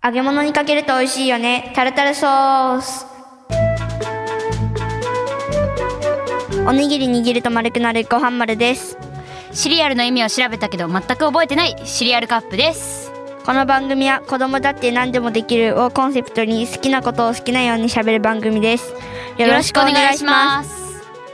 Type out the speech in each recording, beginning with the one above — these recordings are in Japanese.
揚げ物にかけると美味しいよね。タルタルソース。おにぎり握ると丸くなるご飯丸です。 シリアルの意味を調べたけど全く覚えてないシリアルカップです。 この番組は子供だって何でもできるをコンセプトに好きなことを好きなように喋る番組です。よろしくお願いします。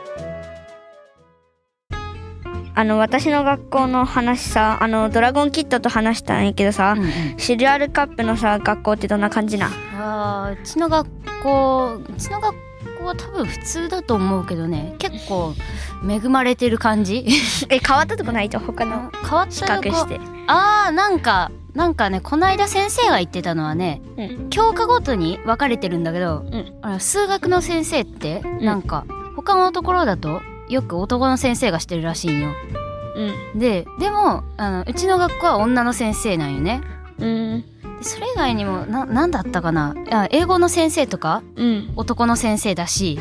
私の学校の話さ、ドラゴンキッドと話したんやけどさ、シリアルカップのさ学校ってどんな感じな？ うちの学校は多分普通だと思うけどね、結構恵まれてる感じ。 変わったとこないと他の変わったとこ比較して。 なんかね、この間先生が言ってたのはね、教科ごとに分かれてるんだけど、数学の先生ってなんか他のところだとよく男の先生がしてるらしいんよ。でもうちの学校は女の先生なんよね。でそれ以外にもなんだったかな、英語の先生とか、男の先生だし、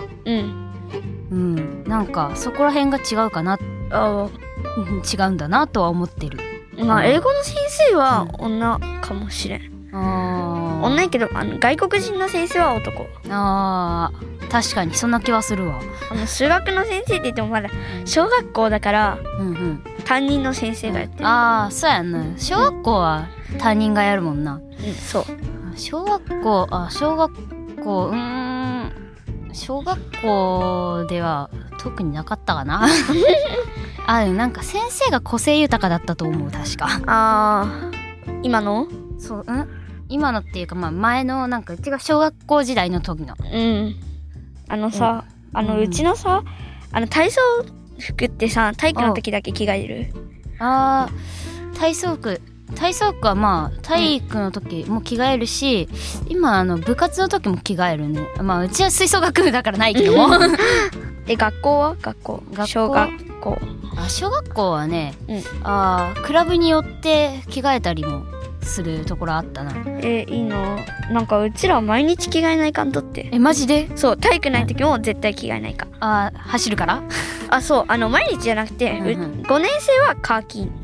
なんかそこら辺が違うかな、違うんだなとは思ってる。 英語の先生は女かもしれん。女やけど外国人の先生は男。 確かにそんな気はするわ。 数学の先生って言ってもまだ小学校だから、担任の先生がやってる。 そうやんな、小学校は担任がやるもんな。 そう。 小学校では特になかったかな。でもなんか先生が個性豊かだったと思う、確か。 今の？ そう、今のっていうか、前のなんかうちが小学校時代の時の。 うちのさ、体操服ってさ、体育の時だけ着替える？ 体操服は体育の時も着替えるし、今部活の時も着替えるね。うちは吹奏楽部だからないけども。 学校は？小学校。 小学校はね、クラブによって着替えたりもするところあったな。 いいの？なんかうちらは毎日着替えないかんとって。 マジで？ そう、体育ない時も絶対着替えないか。 走るから？ そう、毎日じゃなくて、5年生はカーキ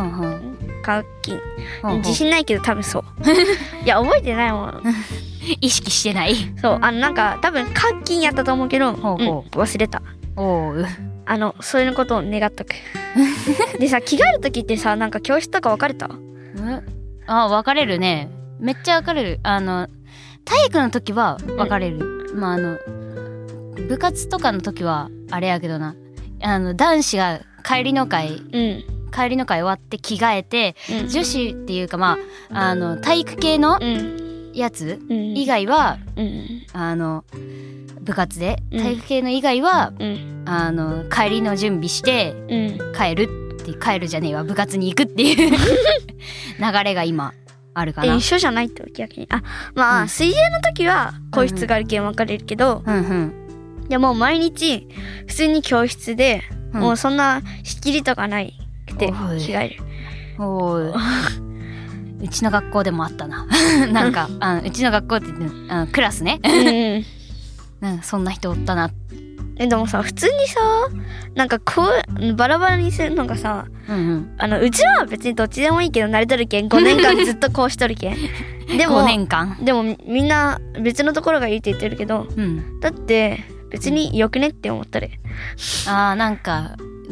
自信ないけど多分そう。いや覚えてないもん。 意識してない。 そう、なんか多分カーキンやったと思うけど、忘れた。そういうことを願っとく。でさ、着替える時ってさ、なんか教室とか分かれた？ 分かれるね。めっちゃ分かれる。体育の時は分かれる。部活とかの時はあれやけどな、男子が帰りの会終わって着替えて、女子っていうか体育系のやつ以外は、部活で体育系の以外は、帰りの準備して、帰るじゃねえわ、部活に行くっていう流れが今あるかな。 一緒じゃないってわけ逆に。水泳の時は個室があるけん分かれるけど、でも毎日普通に教室で、もうそんな仕切りとかないくて着替える。 うちの学校でもあったな。なんかうちの学校ってクラスね。そんな人おったな。 でもさ、普通にさ、なんかこうバラバラにするのがさ、うちらは別にどっちでもいいけど慣れとるけん、5年間ずっとこうしとるけん。でも 5年間でもみんな別のところがいいって言ってるけど、だって別によくねって思ったれ。 なんか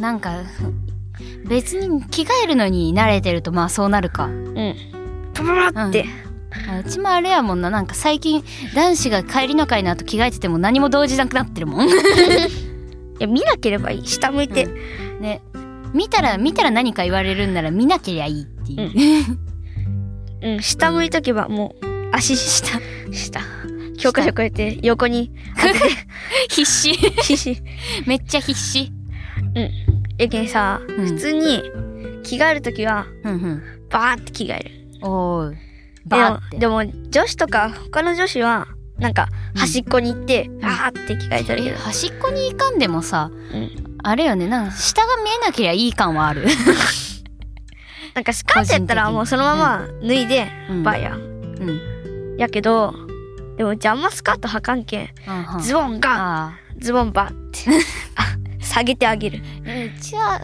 別に着替えるのに慣れてるとそうなるか。 パパパって。 うちもあれやもんな、なんか最近男子が帰りの会の後着替えてても何も動じなくなってるもん。いや、見なければいい、下向いて、 ね、見たら何か言われるんなら見なけりゃいいっていう。 下向いとけばもう足下教科書こうやって横に当てて必死めっちゃ必死。 やけんさ、普通に着替えるときはバーって着替える。でも女子とか他の女子はなんか端っこに行ってバーって着替えてるけど、 端っこに行かんでもさ、あれよね、なんか下が見えなけりゃいい感はある。 なんかスカートやったらもうそのまま脱いでバーややけど、でもうちあんまスカート履かんけん、ズボンバーって下げてあげる。 うちは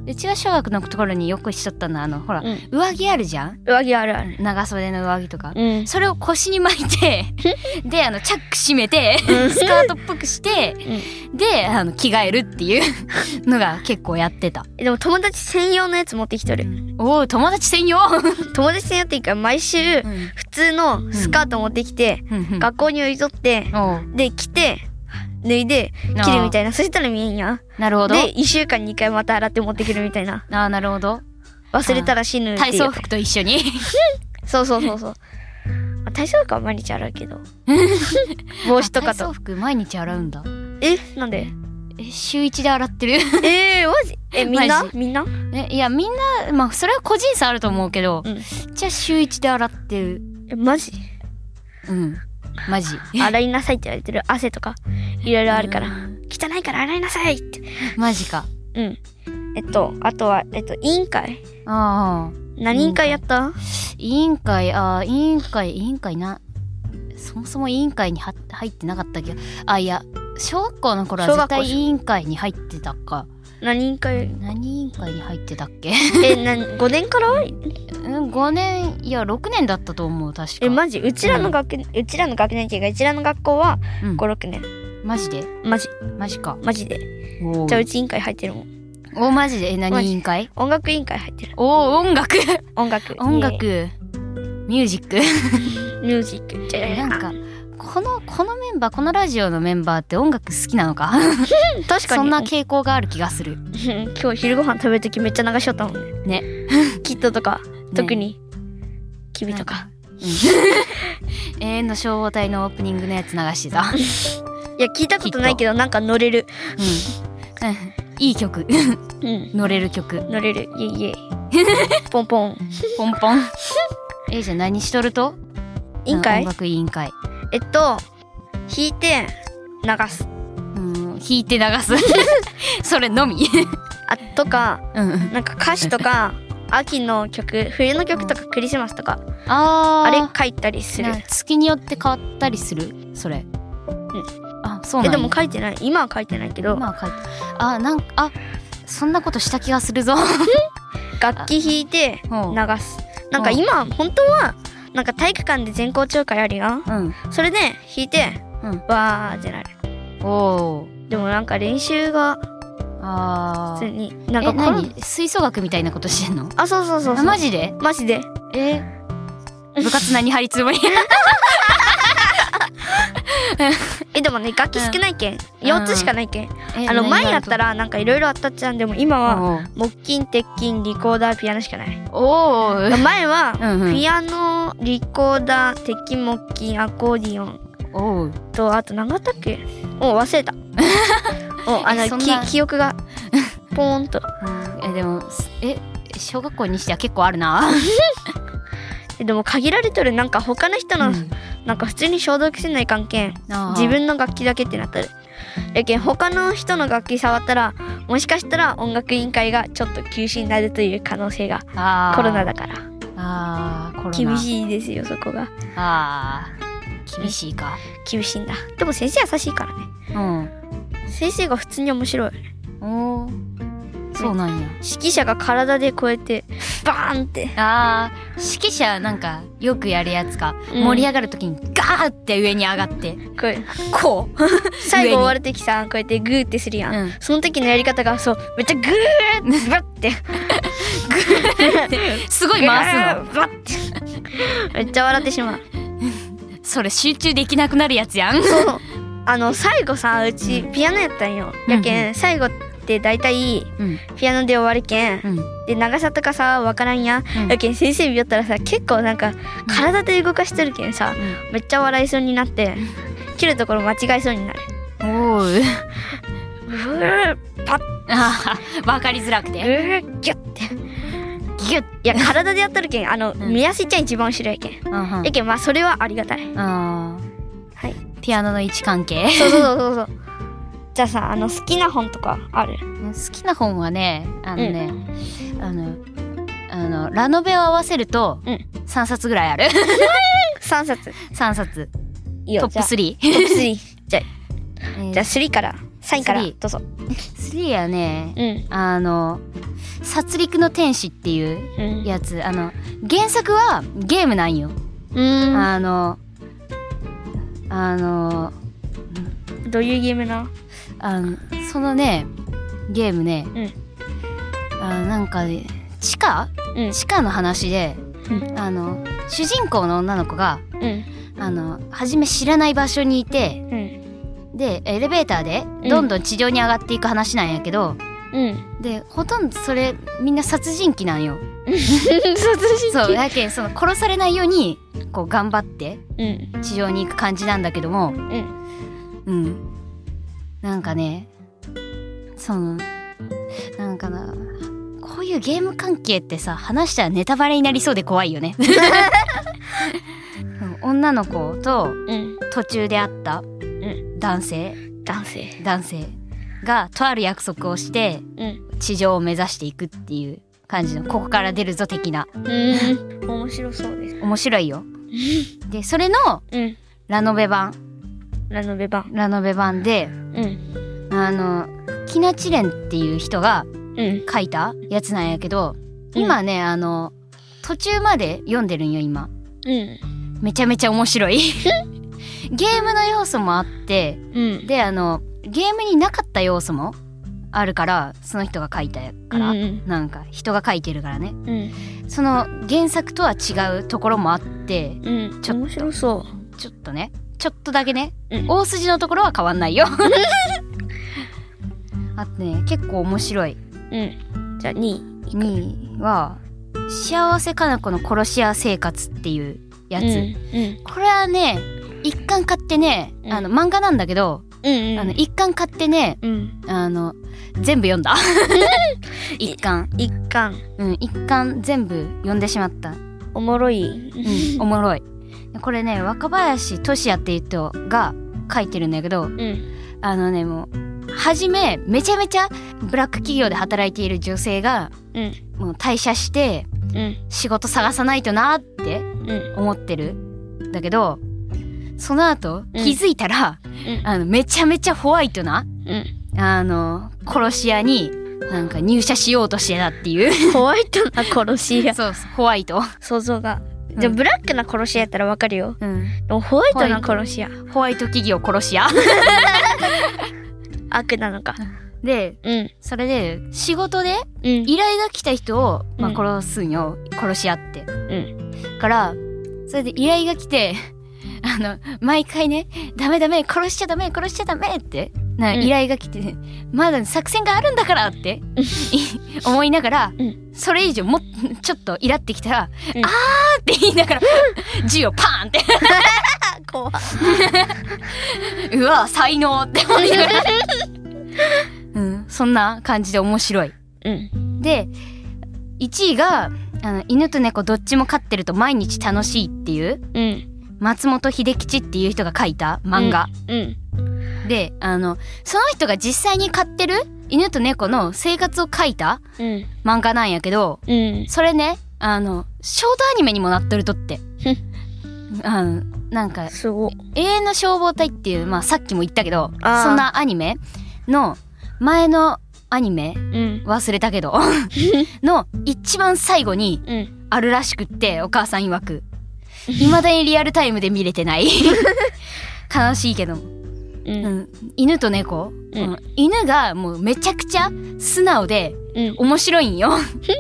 うちが小学のところによくしとったのはほら、上着あるじゃん。 上着あるある。 長袖の上着とか、それを腰に巻いてでチャック閉めてスカートっぽくして、で着替えるっていうのが結構やってた。 でも友達専用のやつ持ってきとる。 おお、友達専用友達専用っていうか毎週普通のスカート持ってきて、学校に置いとって、で着て脱いで着るみたいな。そしたら見えんやん。 なるほど。 で1週間に2回また洗って持ってくるみたいな。 ああ、なるほど。 忘れたら死ぬっていう。 体操服と一緒にそうそうそうそう。体操服は毎日洗うけど帽子とかと。 体操服毎日洗うんだ。 なんで？ 週1で洗ってる。 マジ？みんな？みんな？ いや、みんな、まあそれは個人差あると思うけど、じゃあ週1で洗ってる。 マジ？ マジ。 洗いなさいって言われてる。汗とかいろいろあるから汚いから洗いなさいって。 マジか。 あとは委員会。何委員会やった？ 委員会な。そもそも委員会に入ってなかったっけ？いや、小学校の頃は絶対委員会に入ってたか。 何委員会に入ってたっけ ？5年から ？5年、いや6年だったと思う、確か。 マジ？うちらの学年っていうか、うちらの学校は5、6年。 マジで？ マジか。 マジで。じゃあうち委員会入ってるもん。 マジで？何委員会？ 音楽委員会入ってる。 音楽ミュージックなんかこのメンバー、このラジオのメンバーって音楽好きなのか確かにそんな傾向がある気がする今日昼ご飯食べるときめっちゃ流しよったもんね。キットとか、特に君とか永遠の消防隊のオープニングのやつ流してた。 いや聞いたことないけどなんか乗れる。 いい曲。乗れる曲。 乗れる。イエイイエイ。ポンポンポンポン。じゃあ何しとると？ 委員会？ 音楽委員会。 弾いて流す。 弾いて流す。それのみ。 とか、なんか歌詞とか秋の曲、冬の曲とかクリスマスとか、あれ書いたりする。 月によって変わったりする？それ。そうなんや。 でも書いてない。今は書いてないけど。 今は書いて。そんなことした気がするぞ。 楽器弾いて流す。なんか今本当はなんか体育館で全校長会あるよ。それで弾いてわーってなる。でもなんか練習が普通になんか何吹奏楽みたいなことしてんの？ そう。 マジで？ マジで。 部活何張りつもり？ でもね、楽器少ないけん4つしかないけん。前やったらなんかいろいろあったっちゃん。でも今は木琴、鉄琴、リコーダー、ピアノしかない。前はピアノ、リコーダー、鉄琴、木琴、アコーディオンと、あと何があったっけ？忘れた。記憶がポーンと。 でも小学校にしては結構あるな。 でも限られとる。なんか他の人のなんか普通に消毒せない関係、自分の楽器だけってなったる。やけん他の人の楽器触ったらもしかしたら音楽委員会がちょっと休止になるという可能性が。コロナだから。コロナ厳しいですよ、そこが。厳しいか。厳しいんだ。でも先生優しいからね。先生が普通に面白い。そうなんや。指揮者が体でこうやってバーンって。指揮者なんかよくやるやつか。盛り上がるときにガーって上に上がってこう最後終わるときさ、こうやってグーってするやん。その時のやり方がそうめっちゃグーってバッてすごい回すの。バッてめっちゃ笑ってしまう。 それ集中できなくなるやつやん。 そう最後さ、うちピアノやったんよ。やけん最後って大体ピアノで終わるけん、で長さとかさわからんや。やけん先生見よったらさ、結構なんか体で動かしてるけんさ、めっちゃ笑いそうになって切るところ間違えそうになる。パッわかりづらくてギュッてギュッ。いや体でやっとるけん見やすいっちゃ一番後ろやけん。やけんそれはありがたい。 ピアノの位置関係。 そう。じゃあさ、好きな本とかある？ 好きな本はね、ラノベを合わせると3冊ぐらいある。 3冊いいよ。 トップ3。 じゃあ3から3位からどうぞ。 3はね、 殺戮の天使っていうやつ、原作はゲームなんよ。 どういうゲームな？ そのねゲームね、なんかね地下の話で、主人公の女の子が、初め知らない場所にいて、でエレベーターでどんどん地上に上がっていく話なんやけど、でほとんどそれみんな殺人鬼なんよ。 殺人鬼。 そうやけんその殺されないようにこう頑張って地上に行く感じなんだけども、なんかねそのなんかな、こういうゲーム関係ってさ話したらネタバレになりそうで怖いよね。女の子と途中で会った男性がとある約束をして地上を目指していくっていう感じの、ここから出るぞ的な。 面白そうです。 面白いよ。でそれのラノベ版で、キナチレンっていう人が書いたやつなんやけど、今ね途中まで読んでるんよ今。めちゃめちゃ面白い。ゲームの要素もあって、でゲームになかった要素もあるから、その人が書いたから、なんか人が書いてるからね、その原作とは違うところもあって、 ちょっと面白そう。 ちょっとねちょっとだけね、大筋のところは変わんないよ。あとね結構面白い。 じゃあ2 位は幸せかな子の殺し屋生活っていうやつ、これはね一巻買ってね、漫画なんだけど、一巻買ってね、全部読んだ。一巻全部読んでしまった。 おもろい。 おもろい。これね若林俊也っていう人が書いてるんだけど、もう初めめちゃめちゃブラック企業で働いている女性が、もう退社して、仕事探さないとなって思ってるんだけど、その後気づいたら、めちゃめちゃホワイトな、殺し屋になんか入社しようとしてたっていう。 ホワイトな殺し屋。 そうホワイト。 想像が。じゃあブラックな殺し屋やったらわかるよ。でもホワイトな殺し屋。 ホワイト企業殺し屋。 悪なのか。 で、それで仕事で依頼が来た人を、殺すんよ、殺し屋って。からそれで依頼が来て、毎回ねダメ殺しちゃダメって依頼が来て、まだ作戦があるんだからって思いながら、それ以上ちょっとイラってきたら、あーって言いながら銃をパーンって怖っ。 うわ才能って思いながら、そんな感じで面白い。で1位が犬と猫どっちも飼ってると毎日楽しいっていう、松本秀吉っていう人が書いた漫画、でその人が実際に飼ってる犬と猫の生活を書いた漫画なんやけど、それねショートアニメにもなっとるとって。なんかすご永遠の消防隊っていう、さっきも言ったけどそんなアニメの前のアニメ、忘れたけどの一番最後にあるらしくって、お母さん曰く未だにリアルタイムで見れてない。悲しいけども、犬と猫、犬がもうめちゃくちゃ素直で面白いんよ。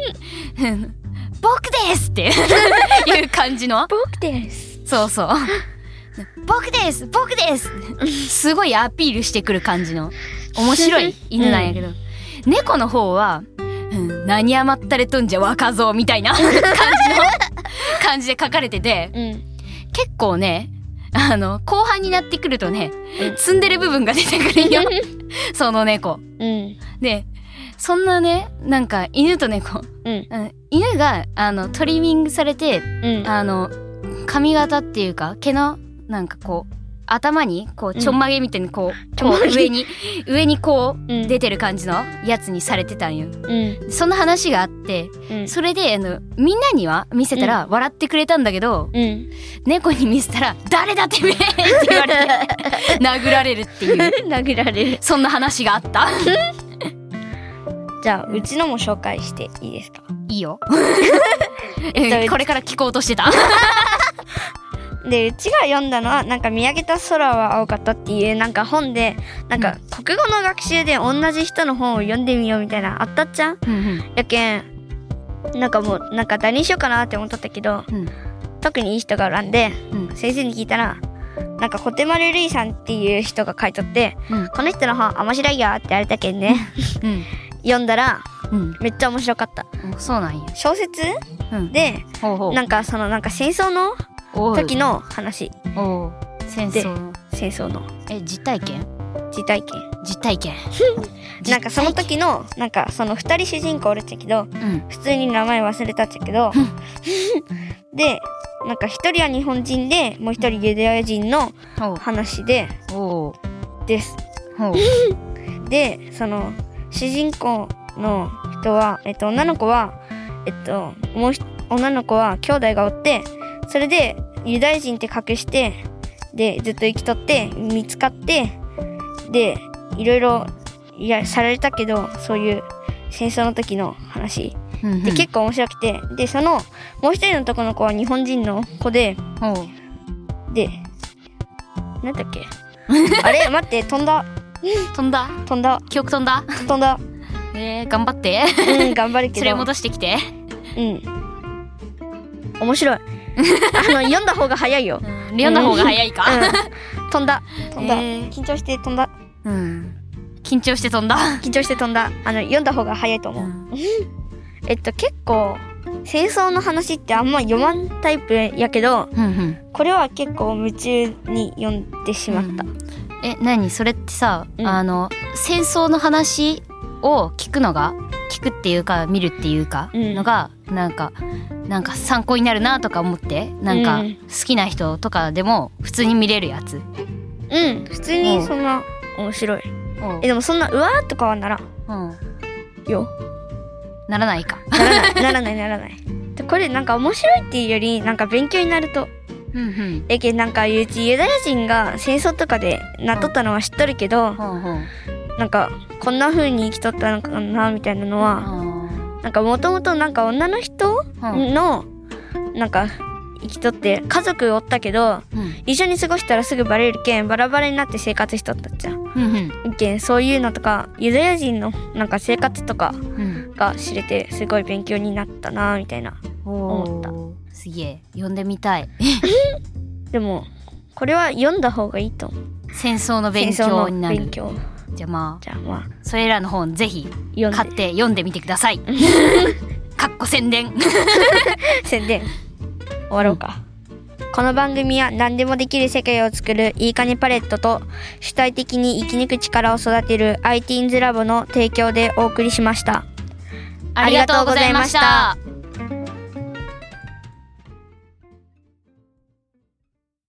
僕ですっていう感じの。 僕です。 そうそう。僕ですすごいアピールしてくる感じの面白い犬なんやけど、猫の方は、何甘ったれとんじゃ若造みたいな感じで書かれてて、結構ね後半になってくるとね、積んでる部分が出てくるよ。その猫、でそんなねなんか犬と猫、犬がトリミングされて、髪型っていうか毛のなんかこう頭にこうちょんまげみたいにこう、上にこう出てる感じのやつにされてたんよ、そんな話があって、それでみんなには見せたら笑ってくれたんだけど、猫に見せたら誰だてめえって言われて殴られるっていう殴られる、 そんな話があった。 じゃあうちのも紹介していいですか？ いいよこれから聞こうとしてたでうちが読んだのはなんか見上げた空は青かったっていうなんか本でなんか国語の学習で同じ人の本を読んでみようみたいなあったっちゃん、やけんなんかもうなんか誰にしようかなって思っとったけど、特にいい人が選んで、先生に聞いたらなんか小手丸るいさんっていう人が書いとって、この人の本面白いよって言われたけんね、読んだら、めっちゃ面白かった。 そうなんや。 小説、でなんかそのなんか戦争の時の話。 戦争の実体験なんかその時のなんかその2人主人公おるっちゃけど、普通に名前忘れたっちゃけどでなんか1人は日本人でもう1人ユダヤ人の話ですでその主人公の人は女の子はもう女の子は兄弟がおって、それでユダヤ人って隠してでずっと生きとって見つかってでいろいろされたけど、そういう戦争の時の話、で結構面白くて、でそのもう一人の男の子は日本人の子で、でなんだっけあれ待って飛んだ記憶飛んだ頑張って、 頑張るけど連れ戻してきて。 面白い読んだ方が早いよ、 読んだ方が早いか、 飛んだ緊張して飛んだ、 緊張して飛んだ読んだ方が早いと思う、結構戦争の話ってあんま読まんタイプやけど、これは結構夢中に読んでしまった、 何それってさ、戦争の話を聞くっていうか見るっていうかのがなんか参考になるなとか思って、なんか好きな人とかでも普通に見れるやつ。 普通にそんな面白い。でもそんなうわーとかはならんよ。 ならないか。 ならないこれなんか面白いっていうよりなんか勉強になると、なんかユダヤ人が戦争とかでなっとったのは知っとるけど、なんかこんな風に生きとったのかなみたいなのは、なんかもともとなんか女の人のなんか生きとって家族おったけど、一緒に過ごしたらすぐバレるけんバラバラになって生活しとったっちゃん、そういうのとかユダヤ人のなんか生活とかが知れてすごい勉強になったなみたいな思った。 すげえ読んでみたいでもこれは読んだ方がいいと思う。 戦争の勉強になる。じゃあまあそれらの本ぜひ買って読んでみてくださいかっこ宣伝終わろうか、この番組は何でもできる世界を作るいいかねパレットと主体的に生き抜く力を育てる ITeens ラボの提供でお送りしました。 ありがとうございました。